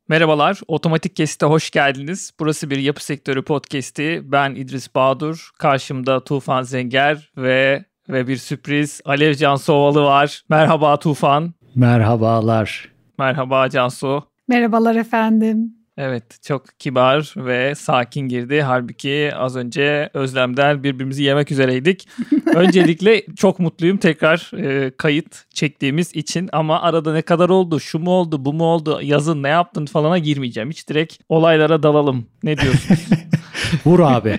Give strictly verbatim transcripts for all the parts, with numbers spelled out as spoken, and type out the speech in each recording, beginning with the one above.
Merhabalar, Otomatik Kesit'e hoş geldiniz. Burası bir yapı sektörü podcast'i. Ben İdris Bağdur, karşımda Tufan Zenger ve ve bir sürpriz Alev Cansovalı var. Merhaba Tufan. Merhabalar. Merhaba Cansu. Merhabalar efendim. Evet, çok kibar ve sakin girdi. Halbuki az önce Özlem'den birbirimizi yemek üzereydik. Öncelikle çok mutluyum tekrar e, kayıt çektiğimiz için. Ama arada ne kadar oldu, şu mu oldu, bu mu oldu, yazın ne yaptın falana girmeyeceğim. Hiç direkt olaylara dalalım. Ne diyorsunuz? Vur abi.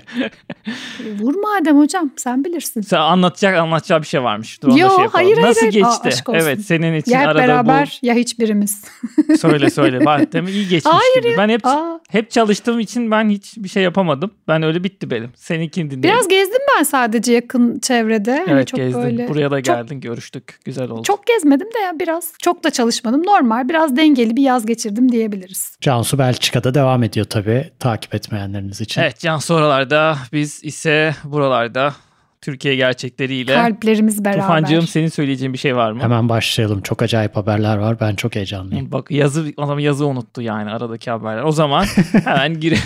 Vur madem hocam, sen bilirsin. Sen anlatacak anlatacağı bir şey varmış. Dur, Yo şey hayır hayır. Nasıl hayır. geçti? Aa, evet senin için ya hep arada beraber bu... ya hiçbirimiz. Söyle söyle. Bak, değil mi? İyi geçmiş hayır gibi. Ya. Ben hep Aa. hep çalıştığım için ben hiç bir şey yapamadım. Ben öyle bitti benim. Seninkini dinleyelim. Biraz gezdim ben sadece yakın çevrede. Evet hani çok gezdin. Böyle, Buraya da geldin, çok, görüştük. Güzel oldu. Çok gezmedim de ya biraz. Çok da çalışmadım. Normal, biraz dengeli bir yaz geçirdim diyebiliriz. Cansu Belçika'da devam ediyor tabii, takip etmeyenleriniz için. Evet, Cansu oralarda, biz ise buralarda. Türkiye gerçekleriyle. Kalplerimiz beraber. Tufancığım, senin söyleyeceğin bir şey var mı? Hemen başlayalım. Çok acayip haberler var. Ben çok heyecanlıyım. Bak yazı, adam yazı unuttu yani aradaki haberler. O zaman hemen girelim.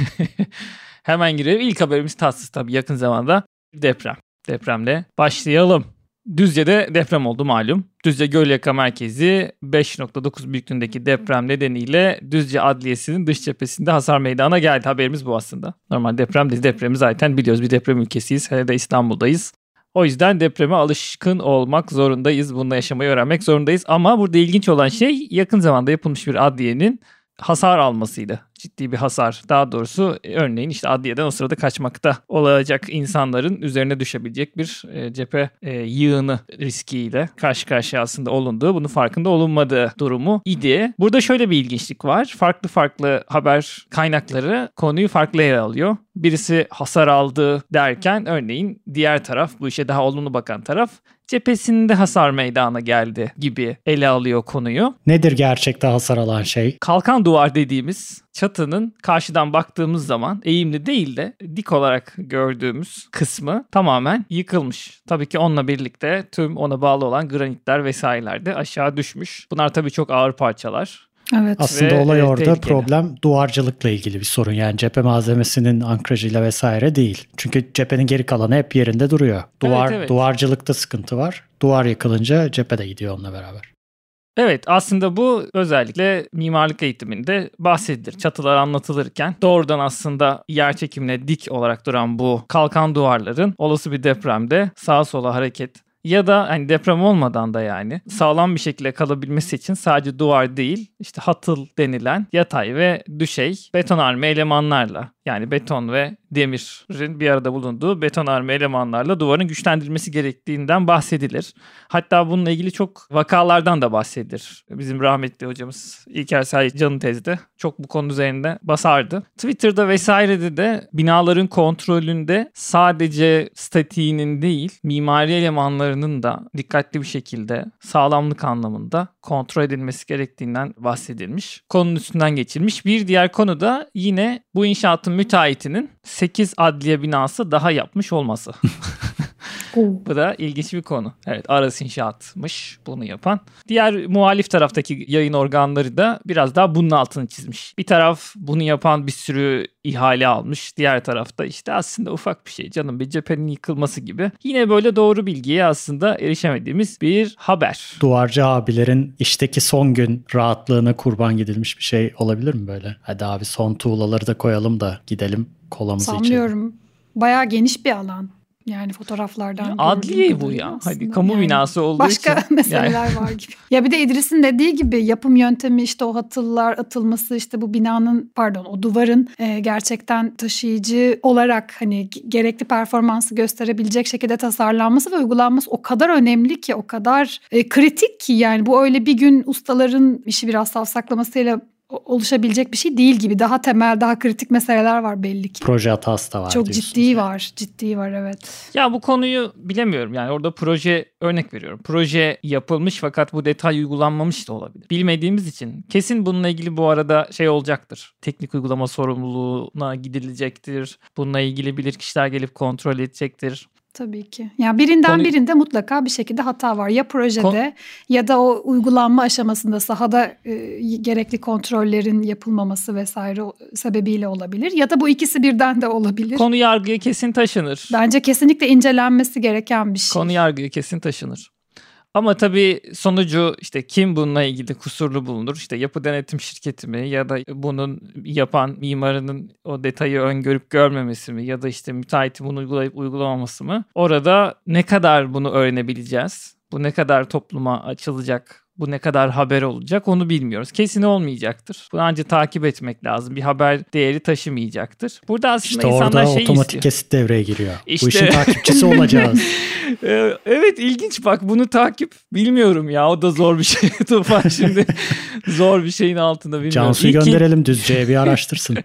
hemen girelim. İlk haberimiz tatsız tabii, yakın zamanda deprem. Depremle başlayalım. Düzce'de deprem oldu malum. Düzce Gölyaka merkezi beş nokta dokuz büyüklüğündeki deprem nedeniyle Düzce Adliyesi'nin dış cephesinde hasar meydana geldi. Haberimiz bu aslında. Normal deprem değil. Depremi zaten biliyoruz. Bir deprem ülkesiyiz. Hele de İstanbul'dayız. O yüzden depreme alışkın olmak zorundayız. Bununla yaşamayı öğrenmek zorundayız. Ama burada ilginç olan şey, yakın zamanda yapılmış bir adliyenin hasar almasıydı. Ciddi bir hasar. Daha doğrusu örneğin işte adliyeden o sırada kaçmakta olacak insanların üzerine düşebilecek bir e, cephe e, yığını riskiyle karşı karşıya aslında olunduğu, bunun farkında olunmadığı durumu idi. Burada şöyle bir ilginçlik var. Farklı farklı haber kaynakları konuyu farklı ele alıyor. Birisi hasar aldı derken örneğin diğer taraf, bu işe daha olumlu bakan taraf, cephesinde hasar meydana geldi gibi ele alıyor konuyu. Nedir gerçekte hasar alan şey? Kalkan duvar dediğimiz çatının karşıdan baktığımız zaman eğimli değil de dik olarak gördüğümüz kısmı tamamen yıkılmış. Tabii ki onunla birlikte tüm ona bağlı olan granitler vesaireler de aşağı düşmüş. Bunlar tabii çok ağır parçalar. Evet. Aslında Ve, olay e, orada tehlikeli. Problem duvarcılıkla ilgili bir sorun. Yani cephe malzemesinin ankrajıyla vesaire değil. Çünkü cephenin geri kalanı hep yerinde duruyor. Duvar Evet, evet. Duvarcılıkta sıkıntı var. Duvar yıkılınca cephe de gidiyor onunla beraber. Evet, aslında bu özellikle mimarlık eğitiminde bahsedilir. Çatılar anlatılırken doğrudan aslında yer çekimine dik olarak duran bu kalkan duvarların olası bir depremde sağa sola hareket ya da hani deprem olmadan da yani sağlam bir şekilde kalabilmesi için sadece duvar değil, işte hatıl denilen yatay ve düşey betonarme elemanlarla, yani beton ve demirin bir arada bulunduğu betonarme elemanlarla duvarın güçlendirilmesi gerektiğinden bahsedilir. Hatta bununla ilgili çok vakalardan da bahsedilir. Bizim rahmetli hocamız İlker Saycan'ın tezde çok bu konu üzerinde basardı. Twitter'da vesairede de binaların kontrolünde sadece statiğinin değil, mimari elemanlarının da dikkatli bir şekilde sağlamlık anlamında kontrol edilmesi gerektiğinden bahsedilmiş. Konunun üstünden geçilmiş. Bir diğer konu da yine bu inşaatın müteahhitinin sekiz adliye binası daha yapmış olması. Bu da ilginç bir konu. Evet, Aras İnşaat'mış bunu yapan. Diğer muhalif taraftaki yayın organları da biraz daha bunun altını çizmiş. Bir taraf bunu yapan bir sürü ihale almış. Diğer tarafta işte aslında ufak bir şey canım, bir cephenin yıkılması gibi. Yine böyle doğru bilgiye aslında erişemediğimiz bir haber. Duvarcı abilerin işteki son gün rahatlığına kurban gidilmiş bir şey olabilir mi böyle? Hadi abi son tuğlaları da koyalım da gidelim kolamızı içelim. Sanmıyorum. Bayağı geniş bir alan. Yani fotoğraflardan ya adliye bu ya. Hadi kamu yani binası olduğu başka için. Başka meseleler yani. var gibi. Ya bir de İdris'in dediği gibi yapım yöntemi, işte o hatıllar atılması, işte bu binanın pardon o duvarın e, gerçekten taşıyıcı olarak hani gerekli performansı gösterebilecek şekilde tasarlanması ve uygulanması o kadar önemli ki, o kadar e, kritik ki yani bu öyle bir gün ustaların işi biraz savsaklamasıyla oluşabilecek bir şey değil gibi. Daha temel, daha kritik meseleler var belli ki. Proje hatası da var. Çok ciddi var. Ciddi var, evet. Ya bu konuyu bilemiyorum. Yani orada proje, örnek veriyorum. Proje yapılmış fakat bu detay uygulanmamış da olabilir. Bilmediğimiz için kesin bununla ilgili bu arada şey olacaktır. Teknik uygulama sorumluluğuna gidilecektir. Bununla ilgili bilirkişiler gelip kontrol edecektir. Tabii ki. Yani birinden Konu... birinde mutlaka bir şekilde hata var. Ya projede Kon... ya da o uygulanma aşamasında sahada e, gerekli kontrollerin yapılmaması vesaire sebebiyle olabilir. Ya da bu ikisi birden de olabilir. Konu yargıya kesin taşınır. Bence kesinlikle incelenmesi gereken bir şey. Konu yargıya kesin taşınır. Ama tabii sonucu işte kim bununla ilgili kusurlu bulunur? İşte yapı denetim şirketi mi ya da bunun yapan mimarının o detayı öngörüp görmemesi mi ya da işte müteahhitin bunu uygulayıp uygulamaması mı? Orada ne kadar bunu öğrenebileceğiz? Bu ne kadar topluma açılacak? Bu ne kadar haber olacak onu bilmiyoruz. Kesin olmayacaktır. Bunu ancak takip etmek lazım. Bir haber değeri taşımayacaktır. Burada aslında işte insanlar şey istiyor. İşte orada otomatik kesit devreye giriyor. İşte... Bu işin takipçisi olacağız. Evet, ilginç bak, bunu takip bilmiyorum ya. O da zor bir şey. Tufan şimdi zor bir şeyin altında bilmiyorum. Cansu'yu İyi gönderelim ki... Düzce'ye bir araştırsın.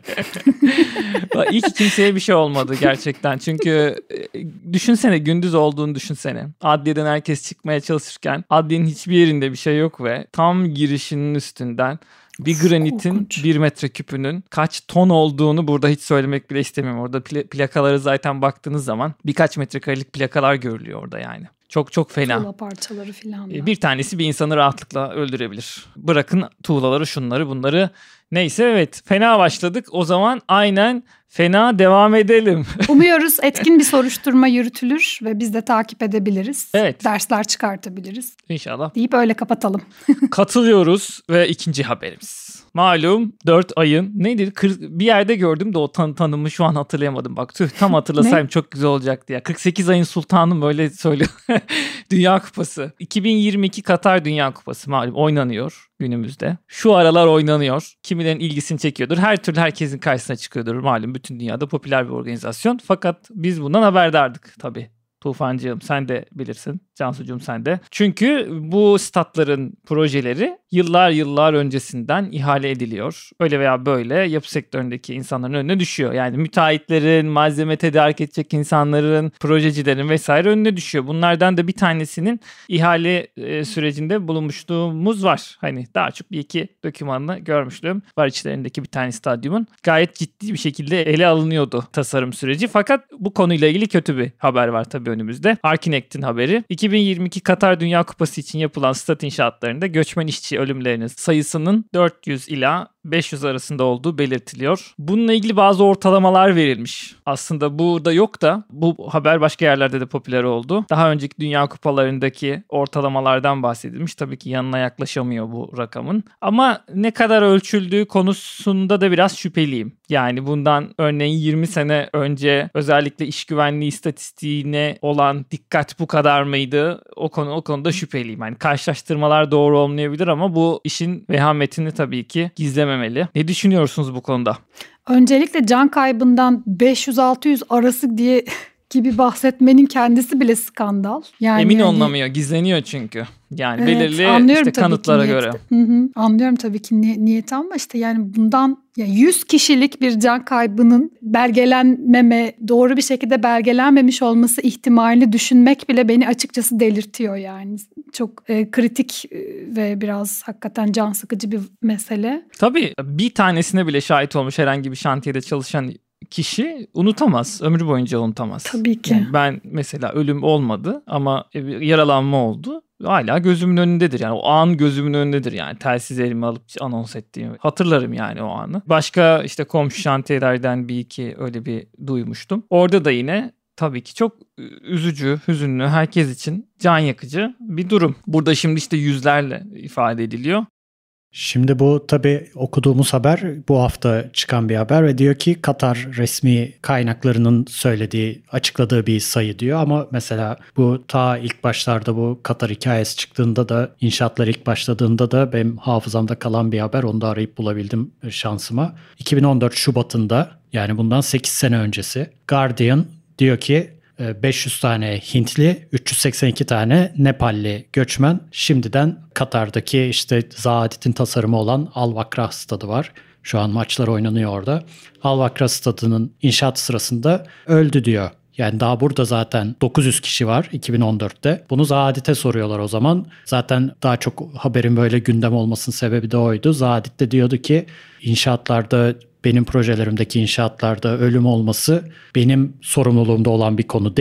İyi ki kimseye bir şey olmadı gerçekten. Çünkü düşünsene, gündüz olduğunu düşünsene. Adliyeden herkes çıkmaya çalışırken adliyenin hiçbir yerinde bir şey yok ve tam girişinin üstünden bir granitin Korkunç. bir metreküpünün kaç ton olduğunu burada hiç söylemek bile istemiyorum. Orada pl- plakaları zaten baktığınız zaman birkaç metrekarelik plakalar görülüyor orada yani. Çok çok fena. Tuğla parçaları filan da. Bir tanesi bir insanı rahatlıkla öldürebilir. Bırakın tuğlaları, şunları, bunları. Neyse, evet, fena başladık. O zaman aynen fena devam edelim. Umuyoruz etkin bir soruşturma yürütülür ve biz de takip edebiliriz. Evet. Dersler çıkartabiliriz. İnşallah. Deyip öyle kapatalım. Katılıyoruz ve ikinci haberimiz. Malum dört ayın neydi? Bir yerde gördüm de o tan- tanımı şu an hatırlayamadım. Bak tüh, tam hatırlasaydım çok güzel olacaktı ya. kırk sekiz ayın sultanı böyle söylüyor. Dünya Kupası. iki bin yirmi iki Katar Dünya Kupası malum oynanıyor günümüzde. Şu aralar oynanıyor. Kimilerin ilgisini çekiyordur. Her türlü herkesin karşısına çıkıyordur. Malum bütün dünyada popüler bir organizasyon. Fakat biz bundan haberdardık tabii. Tufancığım sen de bilirsin. Cansucuğum sen de. Çünkü bu statların projeleri yıllar yıllar öncesinden ihale ediliyor. Öyle veya böyle yapı sektöründeki insanların önüne düşüyor. Yani müteahhitlerin, malzeme tedarik edecek insanların, projecilerin vesaire önüne düşüyor. Bunlardan da bir tanesinin ihale e, sürecinde bulunmuşluğumuz var. Hani daha çok bir iki dokümanını görmüşlüğüm var, içlerindeki bir tane stadyumun. Gayet ciddi bir şekilde ele alınıyordu tasarım süreci. Fakat bu konuyla ilgili kötü bir haber var tabii önümüzde. Arkinect'in haberi. iki bin yirmi iki Katar Dünya Kupası için yapılan stat inşaatlarında göçmen işçi ölümlerinin sayısının dört yüz ila beş yüz arasında olduğu belirtiliyor. Bununla ilgili bazı ortalamalar verilmiş. Aslında burada yok da bu haber başka yerlerde de popüler oldu. Daha önceki Dünya Kupalarındaki ortalamalardan bahsedilmiş. Tabii ki yanına yaklaşamıyor bu rakamın. Ama ne kadar ölçüldüğü konusunda da biraz şüpheliyim. Yani bundan örneğin yirmi sene önce özellikle iş güvenliği istatistiğine olan dikkat bu kadar mıydı? O konu o konuda şüpheliyim. Yani karşılaştırmalar doğru olmayabilir ama bu işin vehametini tabii ki gizlememeli. Ne düşünüyorsunuz bu konuda? Öncelikle can kaybından beş yüz altı yüz arası diye gibi bahsetmenin kendisi bile skandal. Yani emin yani... olunamıyor, gizleniyor çünkü. Yani evet, belirli işte kanıtlara göre. Hı hı, anlıyorum tabii ki ni- niyeti ama işte yani bundan ya yüz kişilik bir can kaybının belgelenmeme, doğru bir şekilde belgelenmemiş olması ihtimalini düşünmek bile beni açıkçası delirtiyor yani. Çok e, kritik e, ve biraz hakikaten can sıkıcı bir mesele. Tabii bir tanesine bile şahit olmuş herhangi bir şantiyede çalışan kişi unutamaz. Ömrü boyunca unutamaz. Tabii ki. Yani ben mesela ölüm olmadı ama yaralanma oldu. Hala gözümün önündedir. Yani o an gözümün önündedir yani. Telsiz elime alıp anons ettiğimi hatırlarım yani o anı. Başka işte komşu şantiyelerden bir iki öyle bir duymuştum. Orada da yine tabii ki çok üzücü, hüzünlü, herkes için can yakıcı bir durum. Burada şimdi işte yüzlerle ifade ediliyor. Şimdi bu tabii okuduğumuz haber bu hafta çıkan bir haber ve diyor ki Katar resmi kaynaklarının söylediği, açıkladığı bir sayı diyor ama mesela bu ta ilk başlarda bu Katar hikayesi çıktığında da inşaatlar ilk başladığında da benim hafızamda kalan bir haber, onu da arayıp bulabildim şansıma. iki bin on dört Şubat'ında yani bundan sekiz sene öncesi Guardian diyor ki beş yüz tane Hintli, üç yüz seksen iki tane Nepalli göçmen şimdiden Katar'daki işte Zahadit'in tasarımı olan Al Wakra stadı var. Şu an maçlar oynanıyor orada. Al Wakra stadının inşaat sırasında öldü diyor. Yani daha burada zaten dokuz yüz kişi var iki bin on dörtte. Bunu Zahadit'e soruyorlar o zaman. Zaten daha çok haberin böyle gündem olmasının sebebi de oydu. Zahadit de diyordu ki inşaatlarda, benim projelerimdeki inşaatlarda ölüm olması benim sorumluluğumda olan bir konu değil.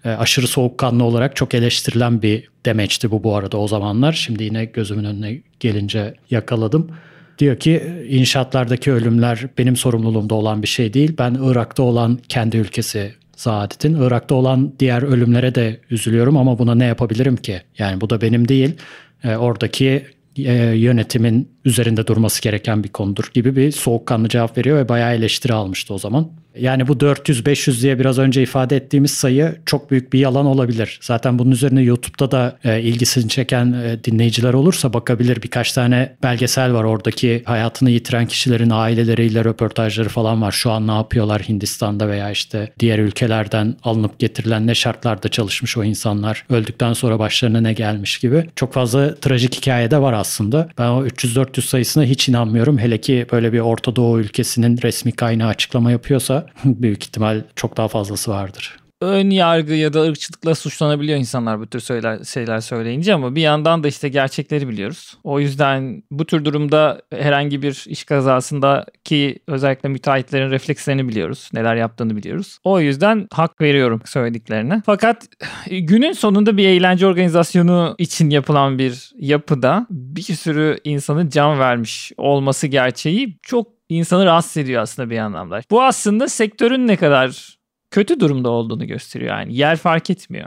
e, aşırı soğukkanlı olarak çok eleştirilen bir demeçti bu bu arada o zamanlar. Şimdi yine gözümün önüne gelince yakaladım. Diyor ki inşaatlardaki ölümler benim sorumluluğumda olan bir şey değil. Ben Irak'ta olan kendi ülkesi Saadet'in. Irak'ta olan diğer ölümlere de üzülüyorum ama buna ne yapabilirim ki? Yani bu da benim değil. E, oradaki e, yönetimin üzerinde durması gereken bir konudur gibi bir soğukkanlı cevap veriyor ve bayağı eleştiri almıştı o zaman. Yani bu dört yüz beş yüz diye biraz önce ifade ettiğimiz sayı çok büyük bir yalan olabilir. Zaten bunun üzerine YouTube'da da e, ilgisini çeken e, dinleyiciler olursa bakabilir. Birkaç tane belgesel var. Oradaki hayatını yitiren kişilerin aileleriyle röportajları falan var. Şu an ne yapıyorlar Hindistan'da veya işte diğer ülkelerden alınıp getirilen ne şartlarda çalışmış o insanlar. Öldükten sonra başlarına ne gelmiş gibi. Çok fazla trajik hikaye de var aslında. Ben o üç yüz dört yüz sayısına hiç inanmıyorum. Hele ki böyle bir Orta Doğu ülkesinin resmi kaynağı açıklama yapıyorsa büyük ihtimal çok daha fazlası vardır. Ön yargı ya da ırkçılıkla suçlanabiliyor insanlar bu tür söyler, şeyler söyleyince ama bir yandan da işte gerçekleri biliyoruz. O yüzden bu tür durumda herhangi bir iş kazasındaki özellikle müteahhitlerin reflekslerini biliyoruz. Neler yaptığını biliyoruz. O yüzden hak veriyorum söylediklerine. Fakat günün sonunda bir eğlence organizasyonu için yapılan bir yapıda bir sürü insanın can vermiş olması gerçeği çok insanı rahatsız ediyor aslında bir anlamda. Bu aslında sektörün ne kadar kötü durumda olduğunu gösteriyor yani. Yer fark etmiyor.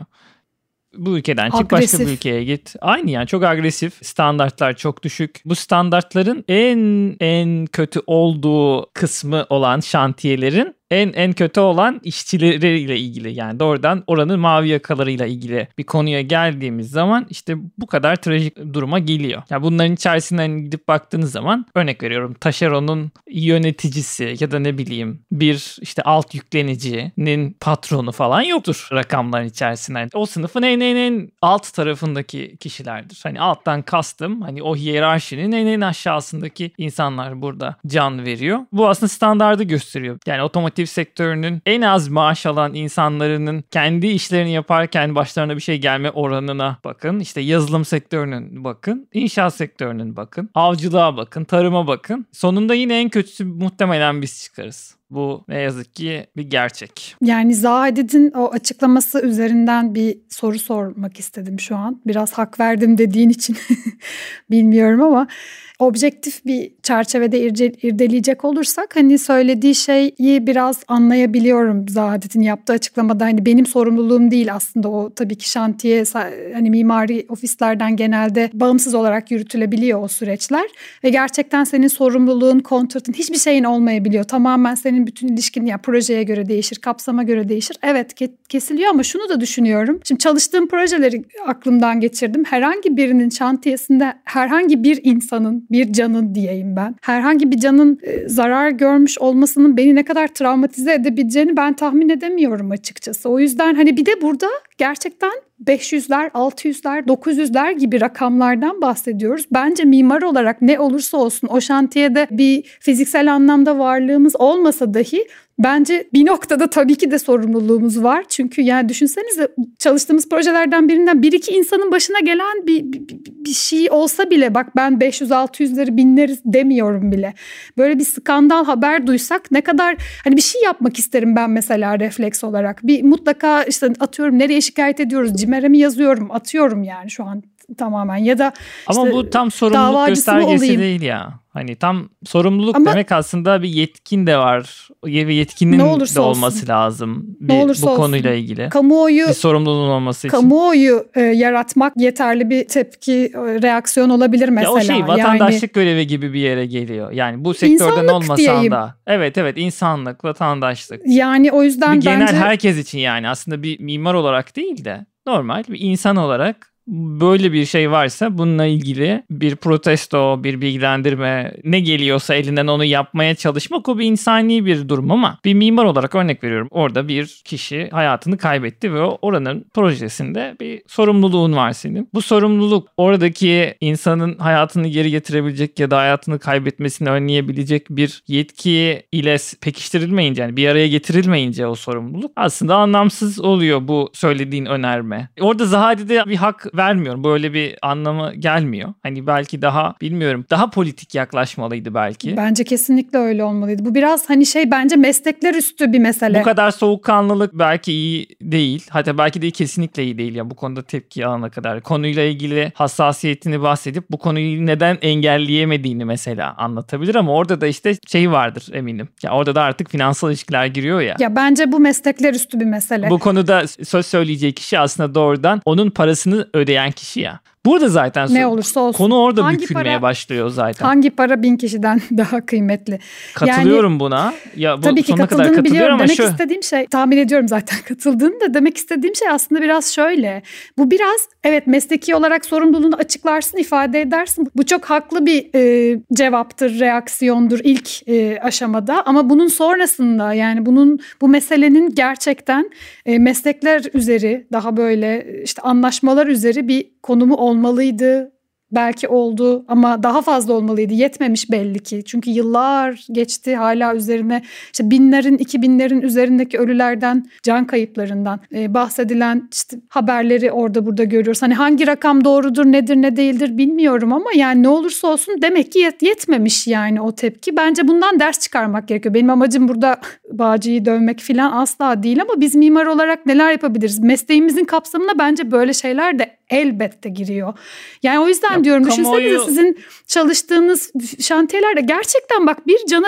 Bu ülkeden çık Agresif. başka bir ülkeye git. Aynı yani çok agresif. Standartlar çok düşük. Bu standartların en en kötü olduğu kısmı olan şantiyelerin en en kötü olan işçileriyle ilgili yani doğrudan oranın mavi yakalarıyla ilgili bir konuya geldiğimiz zaman işte bu kadar trajik duruma geliyor. Yani bunların içerisinden gidip baktığınız zaman örnek veriyorum taşeronun yöneticisi ya da ne bileyim bir işte alt yüklenicinin patronu falan yoktur rakamların içerisinden. O sınıfın en en en alt tarafındaki kişilerdir. Hani alttan kastım hani o hiyerarşinin en en aşağısındaki insanlar burada can veriyor. Bu aslında standardı gösteriyor. Yani otomotiv sektörünün en az maaş alan insanların kendi işlerini yaparken başlarına bir şey gelme oranına bakın. İşte yazılım sektörünün bakın, inşaat sektörünün bakın, avcılığa bakın, tarıma bakın. Sonunda yine en kötüsü muhtemelen biz çıkarız. Bu ne yazık ki bir gerçek. Yani Zahid'in o açıklaması üzerinden bir soru sormak istedim şu an. Biraz hak verdim dediğin için bilmiyorum ama objektif bir çerçevede irce, irdeleyecek olursak hani söylediği şeyi biraz anlayabiliyorum Zahid'in yaptığı açıklamada. Hani benim sorumluluğum değil aslında o tabii ki şantiye hani mimari ofislerden genelde bağımsız olarak yürütülebiliyor o süreçler ve gerçekten senin sorumluluğun, kontratın hiçbir şeyin olmayabiliyor. Tamamen senin bütün ilişkin ya projeye göre değişir, kapsama göre değişir. Evet ke- kesiliyor ama şunu da düşünüyorum. Şimdi çalıştığım projeleri aklımdan geçirdim. Herhangi birinin şantiyesinde herhangi bir insanın, bir canın diyeyim ben, herhangi bir canın e, zarar görmüş olmasının beni ne kadar travmatize edebileceğini ben tahmin edemiyorum açıkçası. O yüzden hani bir de burada gerçekten beş yüzler, altı yüzler, dokuz yüzler gibi rakamlardan bahsediyoruz. Bence mimar olarak ne olursa olsun o şantiyede bir fiziksel anlamda varlığımız olmasa dahi bence bir noktada tabii ki de sorumluluğumuz var. Çünkü yani düşünsenize çalıştığımız projelerden birinden bir iki insanın başına gelen bir, bir, bir şey olsa bile bak ben beş yüz altı yüzleri binleri demiyorum bile. Böyle bir skandal haber duysak ne kadar hani bir şey yapmak isterim ben mesela refleks olarak. Bir mutlaka işte atıyorum nereye şikayet ediyoruz? CİMER'e mi yazıyorum? Atıyorum yani şu an tamamen ya da ama işte bu tam sorumluluk göstergesi değil ya. Hani tam sorumluluk ama demek aslında bir yetkin de var. Bir yetkinin de olması olsun. lazım. Bir, bu olsun. Konuyla ilgili. Kamuoyu, bir sorumluluğun olması için. Kamuoyu e, yaratmak yeterli bir tepki, e, reaksiyon olabilir mesela. Ya o şey vatandaşlık yani, görevi gibi bir yere geliyor. Yani bu sektörden olmasan diyeyim. Da. Evet evet insanlık, vatandaşlık. Yani o yüzden bir bence. Genel herkes için yani aslında bir mimar olarak değil de normal bir insan olarak böyle bir şey varsa bununla ilgili bir protesto, bir bilgilendirme ne geliyorsa elinden onu yapmaya çalışmak o bir insani bir durum ama bir mimar olarak örnek veriyorum. Orada bir kişi hayatını kaybetti ve oranın projesinde bir sorumluluğun var senin. Bu sorumluluk oradaki insanın hayatını geri getirebilecek ya da hayatını kaybetmesini önleyebilecek bir yetki ile pekiştirilmeyince yani bir araya getirilmeyince o sorumluluk aslında anlamsız oluyor bu söylediğin önerme. Orada Zahadi'de bir hak vermiyorum. Böyle bir anlamı gelmiyor. Hani belki daha bilmiyorum. Daha politik yaklaşmalıydı belki. Bence kesinlikle öyle olmalıydı. Bu biraz hani şey bence meslekler üstü bir mesele. Bu kadar soğukkanlılık belki iyi değil. Hatta belki de kesinlikle iyi değil ya bu konuda tepki alana kadar. Konuyla ilgili hassasiyetini bahsedip bu konuyu neden engelleyemediğini mesela anlatabilir ama orada da işte şey vardır eminim. Ya orada da artık finansal ilişkiler giriyor ya. Ya bence bu meslekler üstü bir mesele. Bu konuda söz söyleyeceği kişi aslında doğrudan onun parasını ödeyen kişi ya. Burada zaten ne olursa olsun. Konu orada hangi bükülmeye para, başlıyor zaten. Hangi para bin kişiden daha kıymetli? Katılıyorum yani, buna. Ya bu tabii ki katıldığını biliyorum. Demek şu... istediğim şey, tahmin ediyorum zaten katıldığını da demek istediğim şey aslında biraz şöyle. Bu biraz evet mesleki olarak sorumluluğunu açıklarsın, ifade edersin. Bu çok haklı bir e, cevaptır, reaksiyondur ilk e, aşamada. Ama bunun sonrasında yani bunun bu meselenin gerçekten e, meslekler üzeri daha böyle işte anlaşmalar üzeri bir konumu olmalıydı. Belki oldu ama daha fazla olmalıydı. Yetmemiş belli ki. Çünkü yıllar geçti hala üzerine işte binlerin, iki binlerin üzerindeki ölülerden, can kayıplarından e, bahsedilen işte haberleri orada burada görüyoruz. Hani hangi rakam doğrudur, nedir, ne değildir bilmiyorum ama yani ne olursa olsun demek ki yet- yetmemiş yani o tepki. Bence bundan ders çıkarmak gerekiyor. Benim amacım burada Bağcı'yı dövmek falan asla değil ama biz mimar olarak neler yapabiliriz? Mesleğimizin kapsamına bence böyle şeyler de elbette giriyor. Yani o yüzden ya, diyorum kamuoyu... düşünsenize sizin çalıştığınız şantiyelerde gerçekten bak bir cana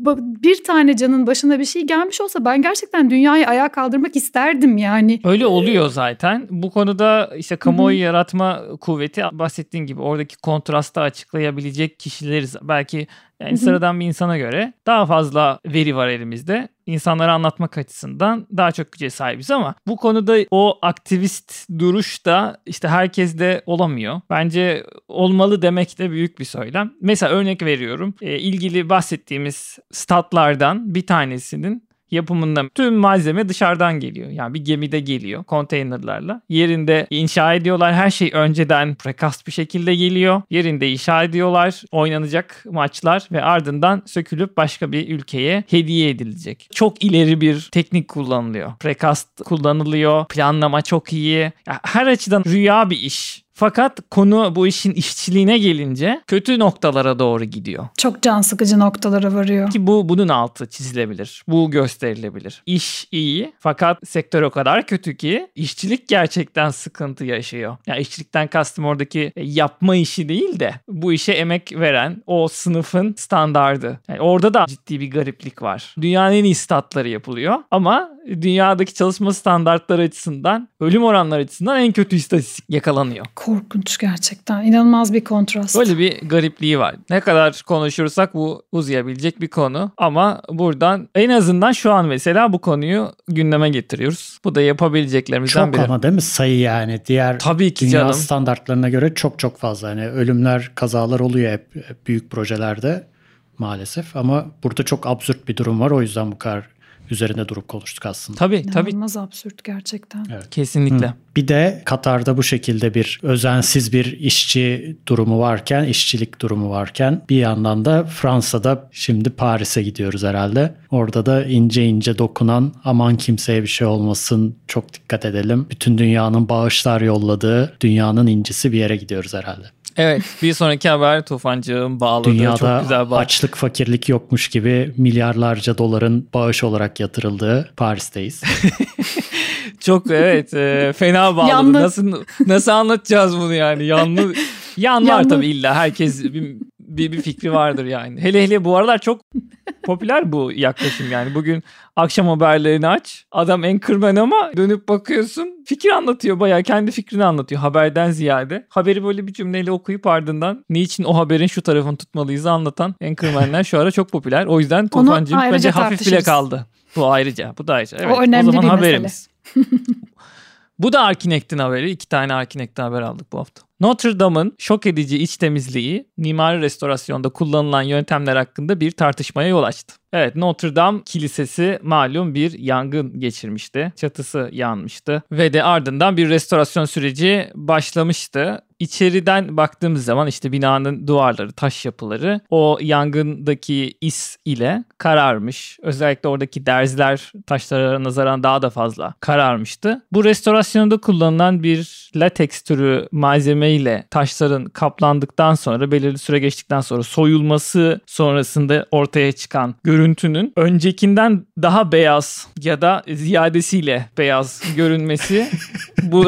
bir tane canın başına bir şey gelmiş olsa ben gerçekten dünyayı ayağa kaldırmak isterdim yani. Öyle oluyor zaten. Bu konuda işte kamuoyu Hı-hı. yaratma kuvveti bahsettiğin gibi oradaki kontrastı açıklayabilecek kişileriz. Belki yani Hı-hı. sıradan bir insana göre daha fazla veri var elimizde. İnsanlara anlatmak açısından daha çok güce sahibiz ama bu konuda o aktivist duruş da işte herkes de olamıyor. Bence olmalı demek de büyük bir söylem. Mesela örnek veriyorum. E, ilgili bahsettiğimiz statlardan bir tanesinin yapımında tüm malzeme dışarıdan geliyor. Yani bir gemide geliyor konteynerlarla. Yerinde inşa ediyorlar. Her şey önceden prekast bir şekilde geliyor. Yerinde inşa ediyorlar. Oynanacak maçlar ve ardından sökülüp başka bir ülkeye hediye edilecek. Çok ileri bir teknik kullanılıyor. Prekast kullanılıyor. Planlama çok iyi. Yani her açıdan rüya bir iş. Fakat konu bu işin işçiliğine gelince kötü noktalara doğru gidiyor. Çok can sıkıcı noktalara varıyor. Ki bu bunun altı çizilebilir. Bu gösterilebilir. İş iyi fakat sektör o kadar kötü ki işçilik gerçekten sıkıntı yaşıyor. Yani işçilikten kastım oradaki yapma işi değil de bu işe emek veren o sınıfın standardı. Yani orada da ciddi bir gariplik var. Dünyanın en iyi statları yapılıyor ama dünyadaki çalışma standartları açısından, ölüm oranları açısından en kötü istatistik yakalanıyor. Korkunç gerçekten. İnanılmaz bir kontrast. Böyle bir garipliği var. Ne kadar konuşursak bu uzayabilecek bir konu. Ama buradan en azından şu an mesela bu konuyu gündeme getiriyoruz. Bu da yapabileceklerimizden çok biri. Çok ama değil mi sayı yani? Diğer Tabii ki dünya canım. standartlarına göre çok çok fazla. Yani ölümler, kazalar oluyor hep, hep büyük projelerde maalesef. Ama burada çok absürt bir durum var. O yüzden bu kadar üzerinde durup konuştuk aslında. Tabii tabii. İnanılmaz absürt gerçekten. Evet. Kesinlikle. Hı. Bir de Katar'da bu şekilde bir özensiz bir işçi durumu varken, işçilik durumu varken bir yandan da Fransa'da şimdi Paris'e gidiyoruz herhalde. Orada da ince ince dokunan aman kimseye bir şey olmasın çok dikkat edelim. Bütün dünyanın bağışlar yolladığı dünyanın incisi bir yere gidiyoruz herhalde. Evet, bir sonraki haber Tufancığım bağladığı Dünyada çok güzel bağ. açlık fakirlik yokmuş gibi milyarlarca doların bağış olarak yatırıldığı Paris'teyiz. Çok evet e, fena bağladı. Yanlı. Nasıl nasıl anlatacağız bunu yani? Yanlı yan var tabii illa herkes bir, bir bir fikri vardır yani. Hele hele bu aralar çok popüler bu yaklaşım yani. Bugün akşam haberlerini aç. Adam anchorman ama dönüp bakıyorsun fikir anlatıyor, bayağı kendi fikrini anlatıyor haberden ziyade. Haberi böyle bir cümleyle okuyup ardından niçin o haberin şu tarafını tutmalıyız anlatan anchormanler şu ara çok popüler. O yüzden Tufancığım bence hafif bile kaldı. Bu ayrıca. Bu da ayrıca. Evet, o önemli o zaman bir haberimiz. Bu da Arkinect'in haberi. İki tane Arkinect'ten haber aldık bu hafta. Notre Dame'ın şok edici iç temizliği, mimari restorasyonda kullanılan yöntemler hakkında bir tartışmaya yol açtı. Evet, Notre Dame Kilisesi malum bir yangın geçirmişti. Çatısı yanmıştı ve de ardından bir restorasyon süreci başlamıştı. içeriden baktığımız zaman işte binanın duvarları, taş yapıları o yangındaki is ile kararmış. Özellikle oradaki derziler taşlara nazaran daha da fazla kararmıştı. Bu restorasyonda kullanılan bir lateks türü malzeme ile taşların kaplandıktan sonra, belirli süre geçtikten sonra soyulması sonrasında ortaya çıkan görüntünün öncekinden daha beyaz ya da ziyadesiyle beyaz görünmesi bu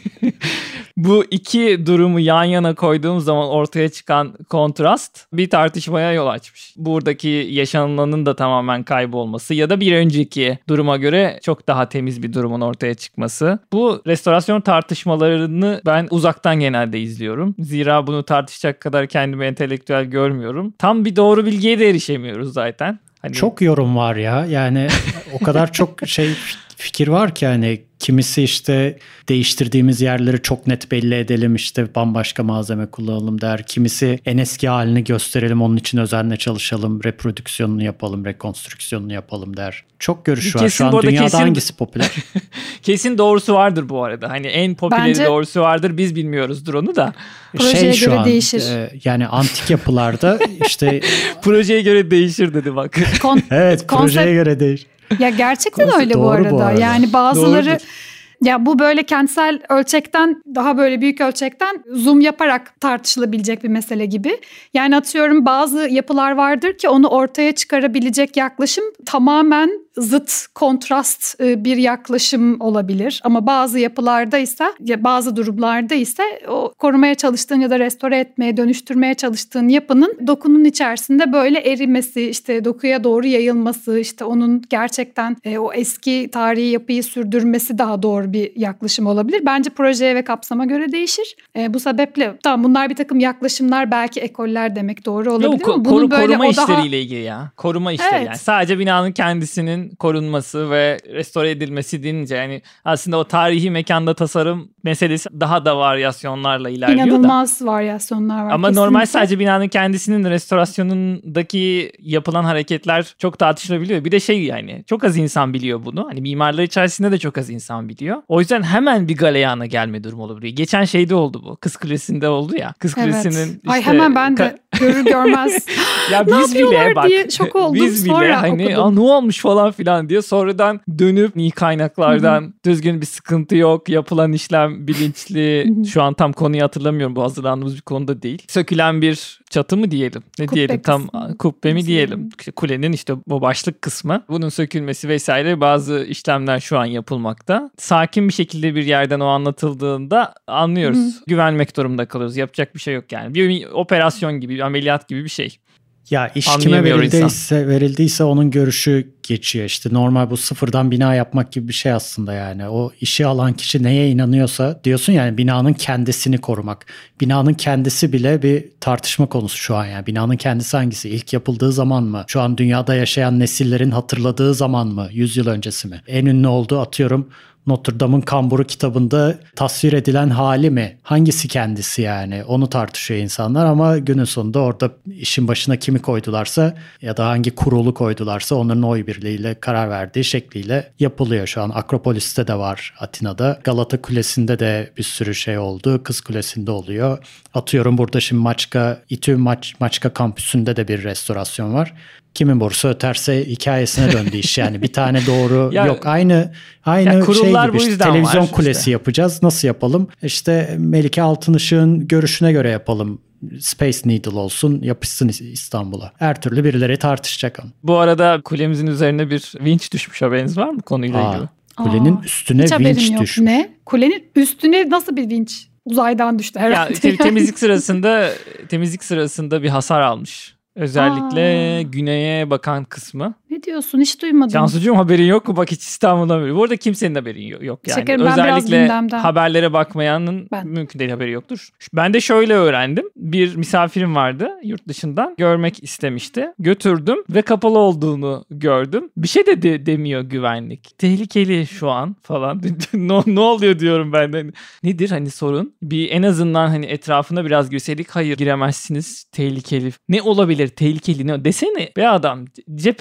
bu iki durumu yan yana koyduğum zaman ortaya çıkan kontrast bir tartışmaya yol açmış. Buradaki yaşanılanın da tamamen kaybolması ya da bir önceki duruma göre çok daha temiz bir durumun ortaya çıkması. Bu restorasyon tartışmalarını ben uzaktan genelde izliyorum. Zira bunu tartışacak kadar kendimi entelektüel görmüyorum. Tam bir doğru bilgiye de erişemiyoruz zaten. Hani... Çok yorum var ya. Yani o kadar çok şey fikir var ki hani kimisi işte değiştirdiğimiz yerleri çok net belli edelim, işte bambaşka malzeme kullanalım der. Kimisi en eski halini gösterelim, onun için özenle çalışalım, reprodüksiyonunu yapalım, rekonstrüksiyonunu yapalım der. Çok görüş var. Kesin, şu an dünyada kesin, hangisi popüler? Kesin doğrusu vardır bu arada. Hani en popüleri Bence... doğrusu vardır. Biz bilmiyoruzdur onu da. Projeye şey göre an, değişir. E, yani antik yapılarda işte... Projeye göre değişir dedi bak. Kon- evet projeye konsept... göre değişir. Ya gerçekten öyle bu arada. bu arada. Yani bazıları... Doğrudur. Ya bu böyle kentsel ölçekten daha böyle büyük ölçekten zoom yaparak tartışılabilecek bir mesele gibi. Yani atıyorum bazı yapılar vardır ki onu ortaya çıkarabilecek yaklaşım tamamen zıt, kontrast bir yaklaşım olabilir. Ama bazı yapılarda ise ya bazı durumlarda ise o korumaya çalıştığın ya da restore etmeye, dönüştürmeye çalıştığın yapının dokunun içerisinde böyle erimesi, işte dokuya doğru yayılması, işte onun gerçekten e, o eski tarihi yapıyı sürdürmesi daha doğru bir yaklaşım olabilir. Bence projeye ve kapsama göre değişir. E, bu sebeple tamam bunlar bir takım yaklaşımlar, belki ekoller demek doğru olabilir Yok, ama koru, bunun böyle koruma o işleriyle daha... ilgili ya. Koruma işleri evet. yani. Sadece binanın kendisinin korunması ve restore edilmesi deyince yani aslında o tarihi mekanda tasarım meselesi daha da varyasyonlarla ilerliyor. İnanılmaz da. varyasyonlar var. Ama kesinlikle. Normal sadece binanın kendisinin restorasyonundaki yapılan hareketler çok tartışılabiliyor. Bir de şey yani çok az insan biliyor bunu. Hani mimarlar içerisinde de çok az insan biliyor. O yüzden hemen bir galeyana gelme durumu olabiliyor. Geçen şeyde oldu bu. Kız Kulesi'nde oldu ya. Kız evet. Kulesi'nin işte... Ay hemen ben de görür görmez ya biz ne bile bak. Diye şok oldum. Biz bile sonra hani ne olmuş falan filan diye sonradan dönüp iyi kaynaklardan Hı-hı. düzgün bir sıkıntı yok. Yapılan işlem bilinçli. Hı-hı. Şu an tam konuyu hatırlamıyorum. Bu hazırlandığımız bir konuda değil. Sökülen bir çatı mı diyelim? Ne kubbe diyelim? Kısmı. Tam kubbe mi diyelim? İşte kulenin işte o başlık kısmı. Bunun sökülmesi vesaire bazı işlemler şu an yapılmakta. Sakin bir şekilde bir yerden o anlatıldığında anlıyoruz. Hı-hı. Güvenmek durumunda kalıyoruz. Yapacak bir şey yok yani. Bir operasyon gibi, bir ameliyat gibi bir şey. Ya iş kime verildiyse, verildiyse onun görüşü geçiyor. İşte normal bu sıfırdan bina yapmak gibi bir şey aslında yani. O işi alan kişi neye inanıyorsa diyorsun yani binanın kendisini korumak. Binanın kendisi bile bir tartışma konusu şu an yani. Binanın kendisi hangisi? İlk yapıldığı zaman mı? Şu an dünyada yaşayan nesillerin hatırladığı zaman mı? yüz yıl öncesi mi? En ünlü olduğu atıyorum Notre Dame'ın kamburu kitabında tasvir edilen hali mi? Hangisi kendisi yani? Onu tartışıyor insanlar ama günün sonunda orada işin başına kimi koydularsa ya da hangi kurulu koydularsa onların oy birliğiyle karar verdiği şekliyle yapılıyor. Şu an Akropolis'te de var Atina'da. Galata Kulesi'nde de bir sürü şey oldu. Kız Kulesi'nde oluyor. Atıyorum burada şimdi Maçka, İTÜ Maç, Maçka kampüsünde de bir restorasyon var. Kimin borusu öterse hikayesine döndü iş yani. Bir tane doğru ya, yok. Aynı aynı şey gibi işte, televizyon kulesi işte. Yapacağız. Nasıl yapalım? İşte Melike Altınışık'ın görüşüne göre yapalım. Space Needle olsun, yapışsın İstanbul'a. Her türlü birileri tartışacak onu. Bu arada kulemizin üzerine bir vinç düşmüş, haberiniz var mı konuyla Aa, ilgili? Kulenin Aa, üstüne vinç düşmüş. Ne? Kulenin üstüne nasıl bir vinç? Uzaydan düştü herhalde. Ya, te- temizlik sırasında temizlik sırasında bir hasar almış. Özellikle Aa. güneye bakan kısmı. Ne diyorsun? Hiç duymadım. Cansucuğum haberin yok mu? Bak hiç İstanbul'dan beri. Bu arada kimsenin haberi yok yani. Şekerim, özellikle haberlere bakmayanın ben. mümkün değil haberi yoktur. Ben de şöyle öğrendim. Bir misafirim vardı yurt dışından. Görmek istemişti. Götürdüm ve kapalı olduğunu gördüm. Bir şey de, de demiyor güvenlik. Tehlikeli şu an falan. ne, ne oluyor diyorum ben de. Nedir hani sorun? Bir en azından hani etrafına biraz gösterdik. Hayır giremezsiniz. Tehlikeli. Ne olabilir? Tehlikeli ne? Desene be adam, cephede bir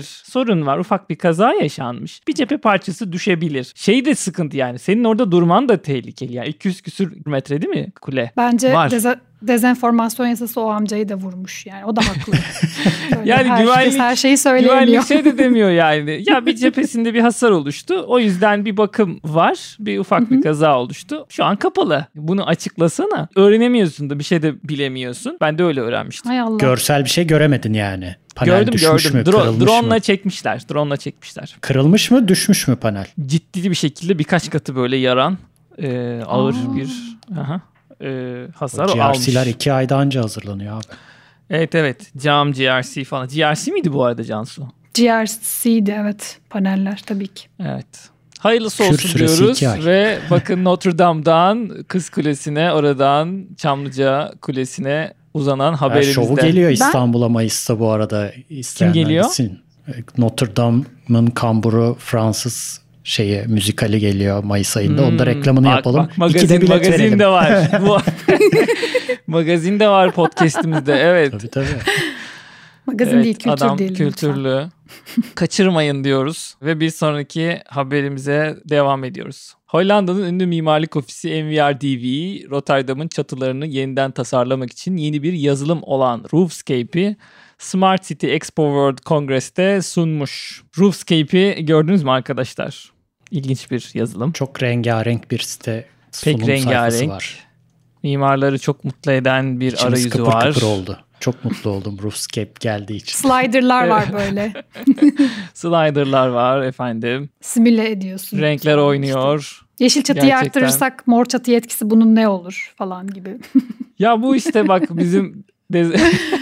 sorun var. Ufak bir kaza yaşanmış. Bir cephe parçası düşebilir. Şey de sıkıntı yani. Senin orada durman da tehlikeli. Yani iki yüz küsür metre değil mi kule? Bence var. Deza- dezenformasyon yasası o amcayı da vurmuş yani. O da haklı. Yani her güvenlik, şey, her şeyi söyleyemiyor. Güvenlik şey de demiyor yani. Ya bir cephesinde bir hasar oluştu. O yüzden bir bakım var. Bir ufak bir kaza oluştu. Şu an kapalı. Bunu açıklasana. Öğrenemiyorsun da bir şey de bilemiyorsun. Ben de öyle öğrenmiştim. Hay Allah. Görsel bir şey göremedin yani. Panel gördüm düşmüş gördüm. mü, Dro- kırılmış drone'la mı? çekmişler. Drone'la çekmişler. Kırılmış mı, düşmüş mü panel? Ciddi bir şekilde birkaç katı böyle yaran e, ağır Aa. bir aha, e, hasar O G R almış. C'ler iki ayda anca hazırlanıyor abi. Evet evet. Cam, G R C falan. G R C miydi bu arada Cansu? G R C'di evet. Paneller tabii ki. Evet. Hayırlısı Kür olsun süresi diyoruz iki ay. ve bakın Notre Dame'dan Kız Kulesi'ne, oradan Çamlıca Kulesi'ne uzanan Her haberimizde. şovu geliyor İstanbul'a Mayıs'ta bu arada. İsteyenler Kim geliyor? Gitsin. Notre Dame'ın kamburu Fransız şeyi müzikali geliyor Mayıs ayında. Hmm, Onu da reklamını bak, yapalım. Bak, magazin, İkide bilet magazin verelim. de var. Bu magazin de var podcast'imizde. Evet. Tabii tabii. Magazin Evet, değil kültür adam değil lütfen. kültürlü. Kaçırmayın diyoruz ve bir sonraki haberimize devam ediyoruz. Hollanda'nın ünlü mimarlık ofisi M V R D V, Rotterdam'ın çatılarını yeniden tasarlamak için yeni bir yazılım olan Roofscape'i Smart City Expo World Congress'te sunmuş. Roofscape'i gördünüz mü arkadaşlar? İlginç bir yazılım. Çok rengarenk bir site sunum Pek rengarenk. sayfası var. Mimarları çok mutlu eden bir İçimiz arayüzü kıpır var. kıpır oldu. Çok mutlu oldum Roofscape geldiği için. Slider'lar var böyle. Slider'lar var efendim. Simüle ediyorsun. Renkler falan oynuyor. işte. Yeşil çatıyı Gerçekten. arttırırsak mor çatı etkisi bunun ne olur falan gibi. Ya bu işte bak bizim de-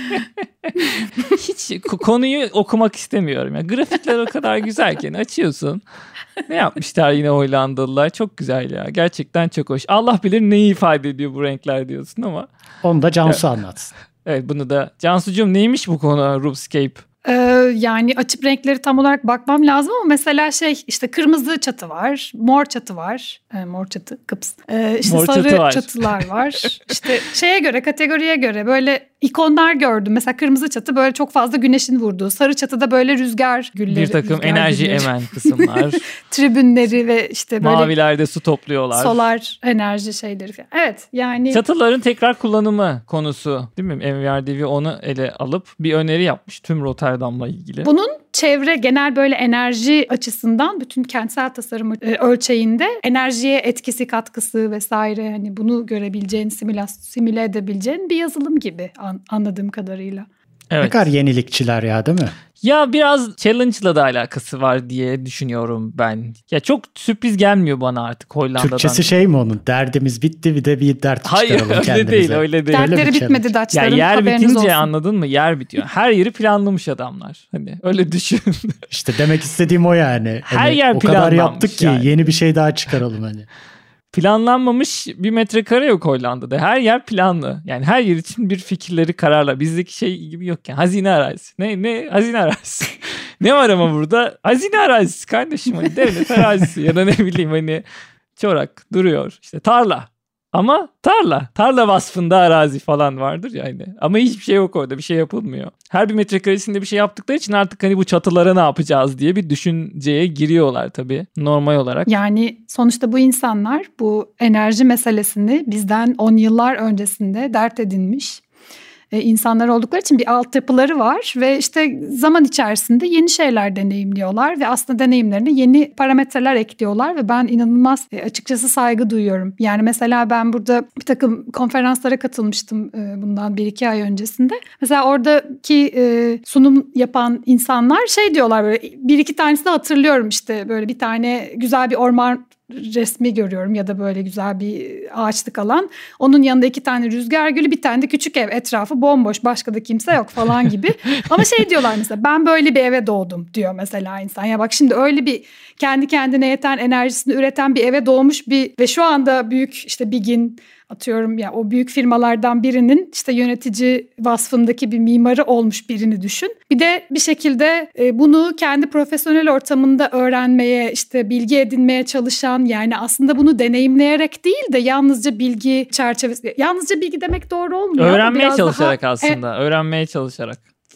hiç konuyu okumak istemiyorum. Ya grafikler o kadar güzelken açıyorsun. Ne yapmışlar yine Hollandalılar? Çok güzel ya. Gerçekten çok hoş. Allah bilir neyi ifade ediyor bu renkler diyorsun ama. Onu da Cansu anlatsın. Evet, bunu da. Cansucuğum neymiş bu konu Roofscape? Ee, yani açıp renkleri tam olarak bakmam lazım ama mesela şey işte kırmızı çatı var, mor çatı var, ee, mor çatı kıps, ee, işte Mor sarı çatı var. çatılar var. İşte şeye göre kategoriye göre böyle ikonlar gördüm. Mesela kırmızı çatı böyle çok fazla güneşin vurduğu, sarı çatıda böyle rüzgar gülleri, Bir takım rüzgar enerji gülleri, emen kısımlar. tribünleri ve işte böyle Mavilerde su topluyorlar. solar enerji şeyleri falan. Evet yani Çatıların tekrar kullanımı konusu değil mi? M V R D V onu ele alıp bir öneri yapmış tüm Rotterdam'la ilgili. bunun çevre genel böyle enerji açısından bütün kentsel tasarım e, ölçeğinde enerjiye etkisi, katkısı vesaire hani bunu görebileceğin, simülasyon simüle edebileceğin bir yazılım gibi an, anladığım kadarıyla. Ne Evet. kadar yenilikçiler ya değil mi? Ya biraz challenge'la da alakası var diye düşünüyorum ben. Ya çok sürpriz gelmiyor bana artık Hollanda'dan. Türkçesi şey mi onun? Derdimiz bitti bir de bir dert Hayır çıkaralım öyle kendimize. değil öyle değil. Öyle Dertleri bir bitmedi challenge. Ya Daçların, yer haberiniz bitince olsun. anladın mı? Yer bitiyor. Her yeri planlamış adamlar. Hani öyle düşün. İşte demek istediğim o yani. Her Hani yer o kadar planlanmış yaptık ki yani. yeni bir şey daha çıkaralım hani. Planlanmamış bir metrekare yok Hollanda'da. Her yer planlı. Yani her yer için bir fikirleri, kararlar. Bizdeki şey gibi yok yani. Hazine arazisi. Ne ne hazine arazisi. Ne var ama burada? Hazine arazisi kardeşim. Hani devlet arazisi ya da ne bileyim hani çorak duruyor. İşte tarla. Ama tarla. Tarla vasfında arazi falan vardır yani. Ama hiçbir şey yok orada. Bir şey yapılmıyor. Her bir metrekaresinde bir şey yaptıkları için artık hani bu çatılara ne yapacağız diye bir düşünceye giriyorlar tabii. Normal olarak. Yani sonuçta bu insanlar bu enerji meselesini bizden on yıllar öncesinde dert edinmiş e, insanlar oldukları için bir altyapıları var ve işte zaman içerisinde yeni şeyler deneyimliyorlar ve aslında deneyimlerine yeni parametreler ekliyorlar ve ben inanılmaz e, açıkçası saygı duyuyorum. Yani mesela ben burada bir takım konferanslara katılmıştım e, bundan bir iki ay öncesinde. Mesela oradaki e, sunum yapan insanlar şey diyorlar böyle bir iki tanesini hatırlıyorum işte böyle bir tane güzel bir orman resmi görüyorum ya da böyle güzel bir ağaçlık alan. Onun yanında iki tane rüzgar gülü, bir tane de küçük ev, etrafı bomboş, başka da kimse yok falan gibi. Ama şey diyorlar mesela ben böyle bir eve doğdum diyor mesela insan. Ya bak şimdi öyle bir kendi kendine yeten enerjisini üreten bir eve doğmuş bir ve şu anda büyük işte Big'in atıyorum ya o büyük firmalardan birinin işte yönetici vasfındaki bir mimarı olmuş birini düşün. Bir de bir şekilde e, bunu kendi profesyonel ortamında öğrenmeye, işte bilgi edinmeye çalışan, yani aslında bunu deneyimleyerek değil de yalnızca bilgi çerçevesi, yalnızca bilgi demek doğru olmuyor. Öğrenmeye Biraz çalışarak daha, aslında. E, öğrenmeye çalışarak.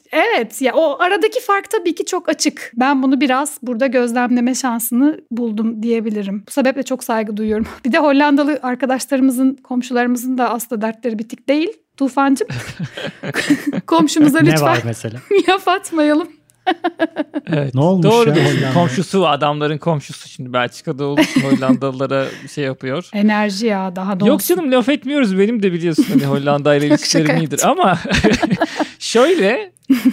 Evet ya, o aradaki fark tabii ki çok açık. Ben bunu biraz burada gözlemleme şansını buldum diyebilirim. Bu sebeple çok saygı duyuyorum. Bir de Hollandalı arkadaşlarımızın, komşularımızın da aslında dertleri bitik değil. Tufancığım komşumuza lütfen ne var mesela? yaf atmayalım. Evet. Ne olmuş Doğru ya diyorsun. Hollanda? Komşusu, adamların komşusu şimdi Belçika'da olduğu için Hollandalılara şey yapıyor. Enerji ya, daha da Yok olsun. canım, laf etmiyoruz, benim de biliyorsun hani Hollanda ile ilişkilerim iyidir ama şöyle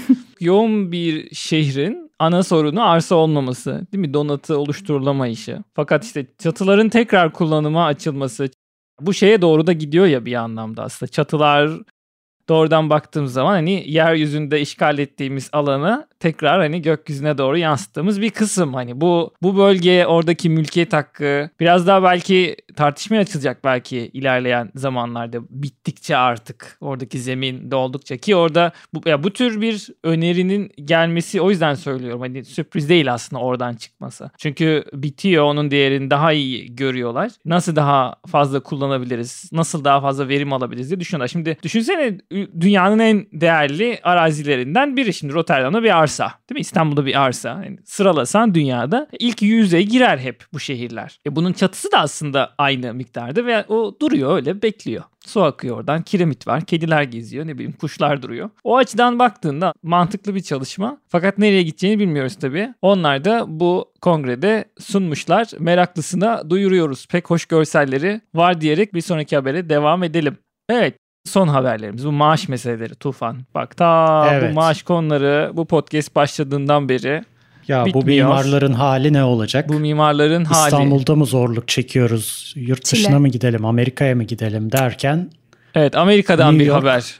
yoğun bir şehrin ana sorunu arsa olmaması, değil mi? Donatı oluşturulamayışı. Fakat işte çatıların tekrar kullanıma açılması, bu şeye doğru da gidiyor ya bir anlamda aslında. Çatılar doğrudan baktığımız zaman hani yeryüzünde işgal ettiğimiz alanı tekrar hani gökyüzüne doğru yansıttığımız bir kısım. Hani bu bu bölge, oradaki mülkiyet hakkı biraz daha belki tartışmaya açılacak belki ilerleyen zamanlarda, bittikçe artık oradaki zemin doldukça, ki orada bu ya bu tür bir önerinin gelmesi, o yüzden söylüyorum hani sürpriz değil aslında oradan çıkması. Çünkü bitiyor, onun değerini daha iyi görüyorlar. Nasıl daha fazla kullanabiliriz? Nasıl daha fazla verim alabiliriz diye düşünüyorlar. Şimdi düşünsene, dünyanın en değerli arazilerinden biri şimdi Rotterdam'da bir arsa, değil mi? İstanbul'da bir arsa. Yani sıralasan dünyada ilk yüze girer hep bu şehirler. E bunun çatısı da aslında aynı miktarda ve o duruyor öyle, bekliyor. Su akıyor oradan, kiremit var, kediler geziyor, ne bileyim kuşlar duruyor. O açıdan baktığında mantıklı bir çalışma. Fakat nereye gideceğini bilmiyoruz tabii. Onlar da bu kongrede sunmuşlar. Meraklısına duyuruyoruz. Pek hoş görselleri var diyerek bir sonraki habere devam edelim. Evet. Son haberlerimiz bu maaş meseleleri Tufan. Bak ta evet. Bu maaş konuları bu podcast başladığından beri ya bitmiyor. Bu mimarların hali ne olacak? Bu mimarların hali. İstanbul'da mı zorluk çekiyoruz? Yurt dışına Çile. mı gidelim? Amerika'ya mı gidelim derken. Evet, Amerika'dan New bir York, haber.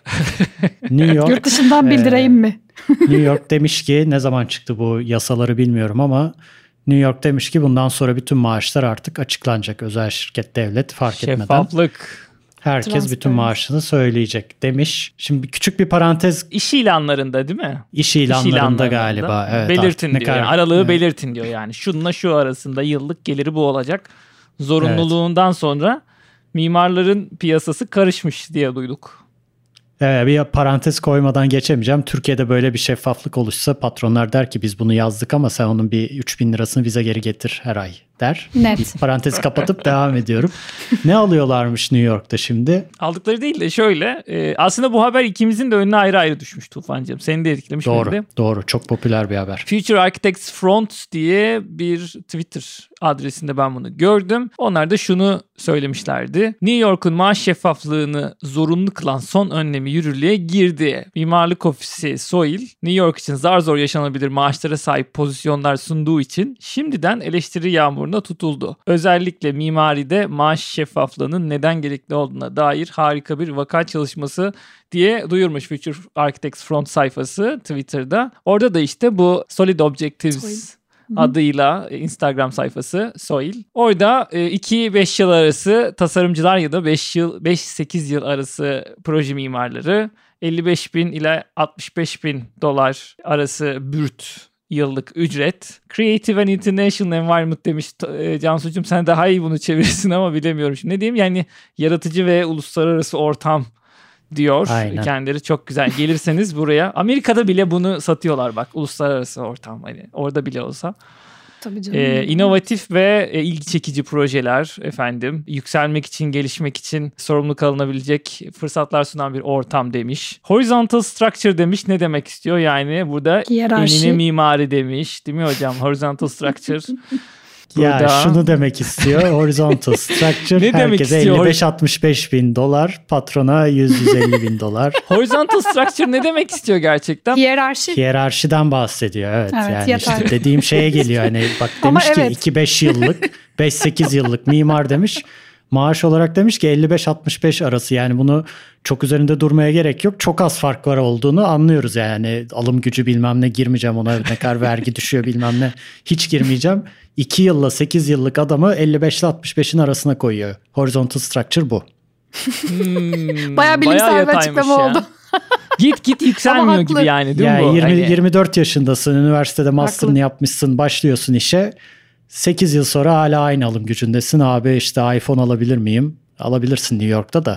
New York. Yurt dışından bildireyim e, mi? New York demiş ki, ne zaman çıktı bu yasaları bilmiyorum ama New York demiş ki bundan sonra bütün maaşlar artık açıklanacak. Özel şirket, devlet fark etmeden. Şeffaflık. Herkes Transparent. Bütün maaşını söyleyecek demiş. Şimdi küçük bir parantez. İş ilanlarında değil mi? İş ilanlarında, İş ilanlarında galiba. Evet, belirtin diyor. kadar, yani aralığı evet. belirtin diyor yani. Şununla şu arasında yıllık geliri bu olacak. Zorunluluğundan evet. sonra mimarların piyasası karışmış diye duyduk. Ee, bir parantez koymadan geçemeyeceğim. Türkiye'de böyle bir şeffaflık oluşsa patronlar der ki biz bunu yazdık ama sen onun bir üç bin lirasını bize geri getir her ay der. Net. Bir parantezi kapatıp devam ediyorum. Ne alıyorlarmış New York'ta şimdi? Aldıkları değil de şöyle. E, aslında bu haber ikimizin de önüne ayrı ayrı düşmüş Tufancığım. Seni de etkilemiş. Doğru. Miydi? Doğru. Çok popüler bir haber. Future Architects Front diye bir Twitter adresinde ben bunu gördüm. Onlar da şunu söylemişlerdi. New York'un maaş şeffaflığını zorunlu kılan son önlemi yürürlüğe girdi. Mimarlık ofisi Soil, New York için zar zor yaşanabilir maaşlara sahip pozisyonlar sunduğu için şimdiden eleştiri yağmuruna tutuldu. Özellikle mimaride maaş şeffaflığının neden gerekli olduğuna dair harika bir vaka çalışması diye duyurmuş Future Architects Front sayfası Twitter'da. Orada da işte bu Solid Objectives Soil adıyla Instagram sayfası Soil. Orada iki beş yıl arası tasarımcılar ya da beş yıl beş sekiz yıl arası proje mimarları elli beş bin ile altmış beş bin dolar arası brüt yıllık ücret. Creative and International Environment demiş Cansu'cum, sen daha iyi bunu çevirirsin ama bilemiyorum. Şimdi ne diyeyim, yani yaratıcı ve uluslararası ortam diyor. Aynen. Kendileri çok güzel. Gelirseniz buraya. Amerika'da bile bunu satıyorlar bak. Uluslararası ortam. Hani orada bile olsa. Tabii canım. Ee, inovatif ve e, ilgi çekici projeler efendim. Yükselmek için, gelişmek için sorumluluk alınabilecek fırsatlar sunan bir ortam demiş. Horizontal structure demiş. Ne demek istiyor? Yani burada enine mimari demiş. Değil mi hocam? Horizontal structure. Burada... Ya şunu demek istiyor. Horizontal structure herkese elli beş altmış beş bin dolar, patrona yüz yüz elli bin dolar. Horizontal structure ne demek istiyor gerçekten? Hiyerarşi. Hiyerarşiden bahsediyor. Evet, evet yani yeter. işte dediğim şeye geliyor. Hani bak demiş ki evet. iki beş yıllık, beş sekiz yıllık mimar demiş. Maaş olarak demiş ki elli beş altmış beş arası, yani bunu çok üzerinde durmaya gerek yok. Çok az fark var olduğunu anlıyoruz yani. Alım gücü bilmem ne, girmeyeceğim ona, ne kadar vergi düşüyor bilmem ne, hiç girmeyeceğim. iki yılla sekiz yıllık adamı elli beş ile altmış beşin arasına koyuyor. Horizontal structure bu. Hmm, bayağı bilimsel bayağı bir açıklama ya. oldu. Git git yükselmiyor gibi yani, değil ya mi bu? yirmi, hani... yirmi dört yaşındasın, üniversitede master'ını haklı. Yapmışsın, başlıyorsun işe. sekiz yıl sonra hala aynı alım gücündesin. Abi işte iPhone alabilir miyim? Alabilirsin New York'ta da.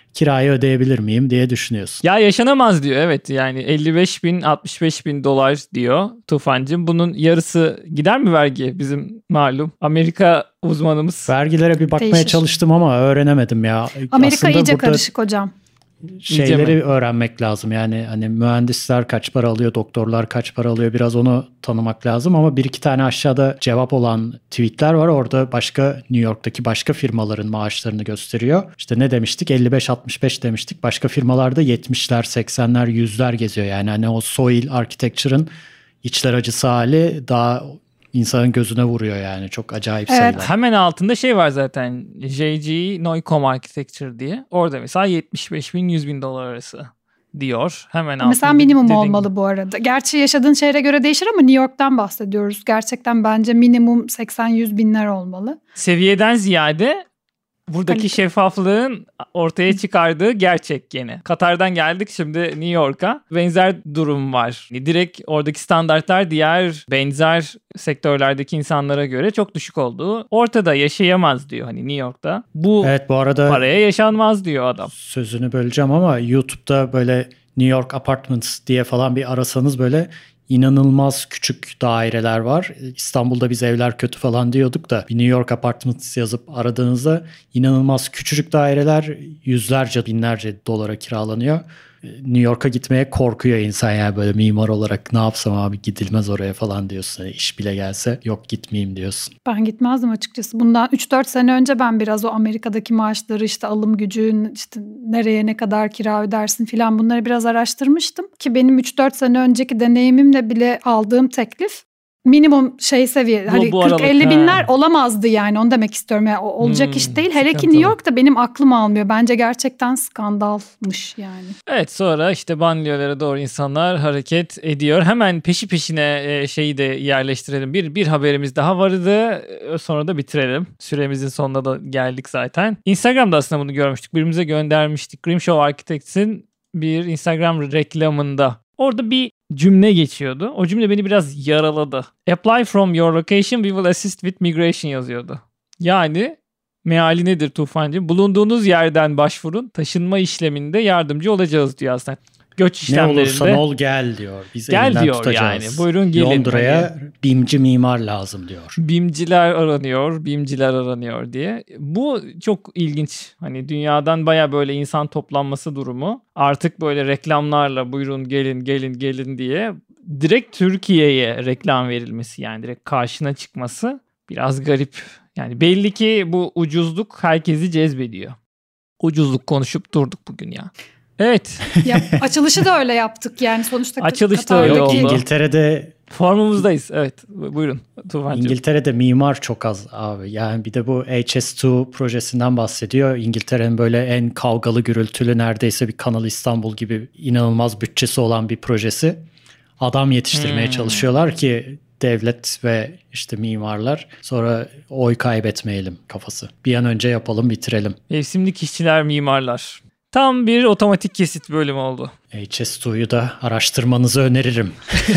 kirayı ödeyebilir miyim diye düşünüyorsun. Ya yaşanamaz diyor, evet, yani elli beş bin altmış beş bin dolar diyor Tufancığım. Bunun yarısı gider mi vergi, bizim malum Amerika uzmanımız? Vergilere bir bakmaya Değişir. çalıştım ama öğrenemedim ya. Amerika Aslında iyice burada karışık hocam. şeyleri öğrenmek lazım. Yani hani mühendisler kaç para alıyor, doktorlar kaç para alıyor, biraz onu tanımak lazım. Ama bir iki tane aşağıda cevap olan tweetler var. Orada başka New York'taki başka firmaların maaşlarını gösteriyor. İşte ne demiştik? elli beş altmış beş demiştik. Başka firmalarda yetmişler, seksenler, yüzler geziyor. Yani hani o soil architecture'ın içler acısı hali daha insanın gözüne vuruyor yani. Çok acayip Evet. sayılar. Hemen altında şey var zaten, J G Noicom Architecture diye. Orada mesela yetmiş beş bin yüz bin dolar arası diyor. Hemen altında. Mesela minimum dediğin olmalı gibi. bu arada. Gerçi yaşadığın şehre göre değişir ama New York'tan bahsediyoruz. Gerçekten bence minimum seksen yüz binler olmalı. Seviyeden ziyade buradaki Kalite. şeffaflığın ortaya çıkardığı gerçek gene. Katar'dan geldik şimdi New York'a. Benzer durum var. Direkt oradaki standartlar diğer benzer sektörlerdeki insanlara göre çok düşük olduğu ortada, yaşayamaz diyor hani New York'ta. Bu Evet, bu arada paraya yaşanmaz diyor adam. sözünü böleceğim ama YouTube'da böyle New York Apartments diye falan bir arasanız böyle inanılmaz küçük daireler var. İstanbul'da biz evler kötü falan diyorduk da bir New York Apartments yazıp aradığınızda inanılmaz küçücük daireler yüzlerce binlerce dolara kiralanıyor. New York'a gitmeye korkuyor insan ya, böyle mimar olarak ne yapsam abi, gidilmez oraya falan diyorsun. Yani iş bile gelse yok gitmeyeyim diyorsun. Ben gitmezdim açıkçası. Bundan üç dört sene önce ben biraz o Amerika'daki maaşları, işte alım gücün, işte nereye ne kadar kira ödersin filan, bunları biraz araştırmıştım. Ki benim üç dört sene önceki deneyimimle bile aldığım teklif minimum şey seviye. Bu- Hani bu kırk aralık, elli ha. binler olamazdı yani, onu demek istiyorum. Yani o olacak Hmm, iş değil. Hele ki sıkıntılı. New York'ta benim aklım almıyor. Bence gerçekten skandalmış yani. Evet, sonra işte banliyölara doğru insanlar hareket ediyor. Hemen peşi peşine e, şeyi de yerleştirelim. Bir, bir haberimiz daha vardı. E, Sonra da bitirelim. Süremizin sonuna da geldik zaten. Instagram'da aslında bunu görmüştük. Birbirimize göndermiştik. Grimshaw Architects'in bir Instagram reklamında. Orada bir cümle geçiyordu. O cümle beni biraz yaraladı. Apply from your location, we will assist with migration yazıyordu. Yani meali nedir Tufancığım? Bulunduğunuz yerden başvurun. Taşınma işleminde yardımcı olacağız diyor aslında. Göç Ne işlemlerinde. olursan ol gel diyor. Biz Gel elinden diyor tutacağız. yani. Buyurun gelin. Londra'ya bimci mimar lazım diyor. Bimciler aranıyor, bimciler aranıyor diye. Bu çok ilginç. Hani dünyadan baya böyle insan toplanması durumu. Artık böyle reklamlarla buyurun gelin gelin gelin diye direkt Türkiye'ye reklam verilmesi, yani direkt karşına çıkması biraz garip. Yani belli ki bu ucuzluk herkesi cezbediyor. Ucuzluk konuşup durduk bugün ya. Evet. Ya, açılışı da öyle yaptık yani sonuçta. Açılış da Katar'daki- öyle Yok, oldu. İngiltere'de Formumuzdayız. Evet. Buyurun Tufancığım. İngiltere'de mimar çok az abi. Yani bir de bu H S iki projesinden bahsediyor. İngiltere'nin böyle en kavgalı, gürültülü, neredeyse bir Kanal İstanbul gibi inanılmaz bütçesi olan bir projesi. Adam yetiştirmeye Hmm. çalışıyorlar ki devlet ve işte mimarlar sonra oy kaybetmeyelim kafası. Bir an önce yapalım, bitirelim. Mevsimlik işçiler, mimarlar. Tam bir otomatik kesit bölümü oldu. H S iki'yu da araştırmanızı öneririm.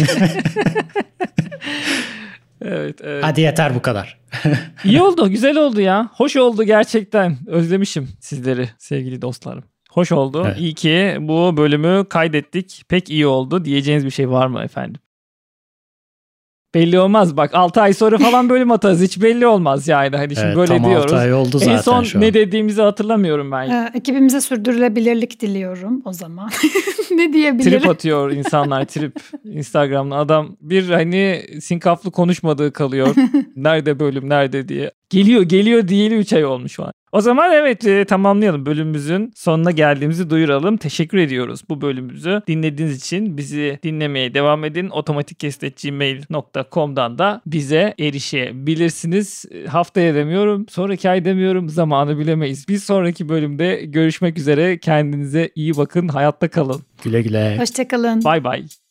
Evet, evet. Hadi yeter bu kadar. İyi oldu, güzel oldu ya. Hoş oldu gerçekten. Özlemişim sizleri sevgili dostlarım. Hoş oldu. Evet. İyi ki bu bölümü kaydettik. Pek iyi oldu. Diyeceğiniz bir şey var mı efendim? Belli olmaz bak, altı ay sonra falan bölüm atarız, hiç belli olmaz yani. Hani şimdi Evet, böyle tam diyoruz. altı ay oldu zaten En son şu an. ne dediğimizi hatırlamıyorum ben. Ee, ekibimize sürdürülebilirlik diliyorum o zaman. Ne Trip diyebilirim? atıyor insanlar, trip. Instagram'da adam bir hani sinkaflı konuşmadığı kalıyor. Nerede bölüm, nerede diye. Geliyor geliyor diyeli üç ay olmuş falan. O zaman evet e, tamamlayalım, bölümümüzün sonuna geldiğimizi duyuralım. Teşekkür ediyoruz bu bölümümüzü dinlediğiniz için. Bizi dinlemeye devam edin. otomatikkest at gmail nokta com'dan da bize erişebilirsiniz. Haftaya demiyorum, sonraki ay demiyorum, zamanı bilemeyiz. Bir sonraki bölümde görüşmek üzere. Kendinize iyi bakın, hayatta kalın. Güle güle. Hoşçakalın. Bay bay.